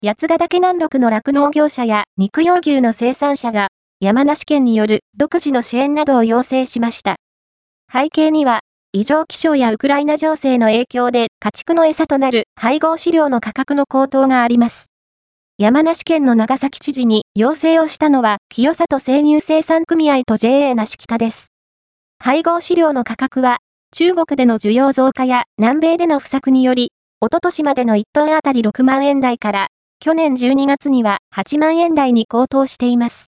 八ヶ岳南麓の酪農業者や肉用牛の生産者が山梨県による独自の支援などを要請しました。背景には、異常気象やウクライナ情勢の影響で家畜の餌となる配合飼料の価格の高騰があります。山梨県の長崎知事に要請をしたのは清里生乳生産組合と JA 梨北です。配合飼料の価格は中国での需要増加や南米での不作により、一昨年までの1トンあたり6万円台から去年12月には8万円台に高騰しています。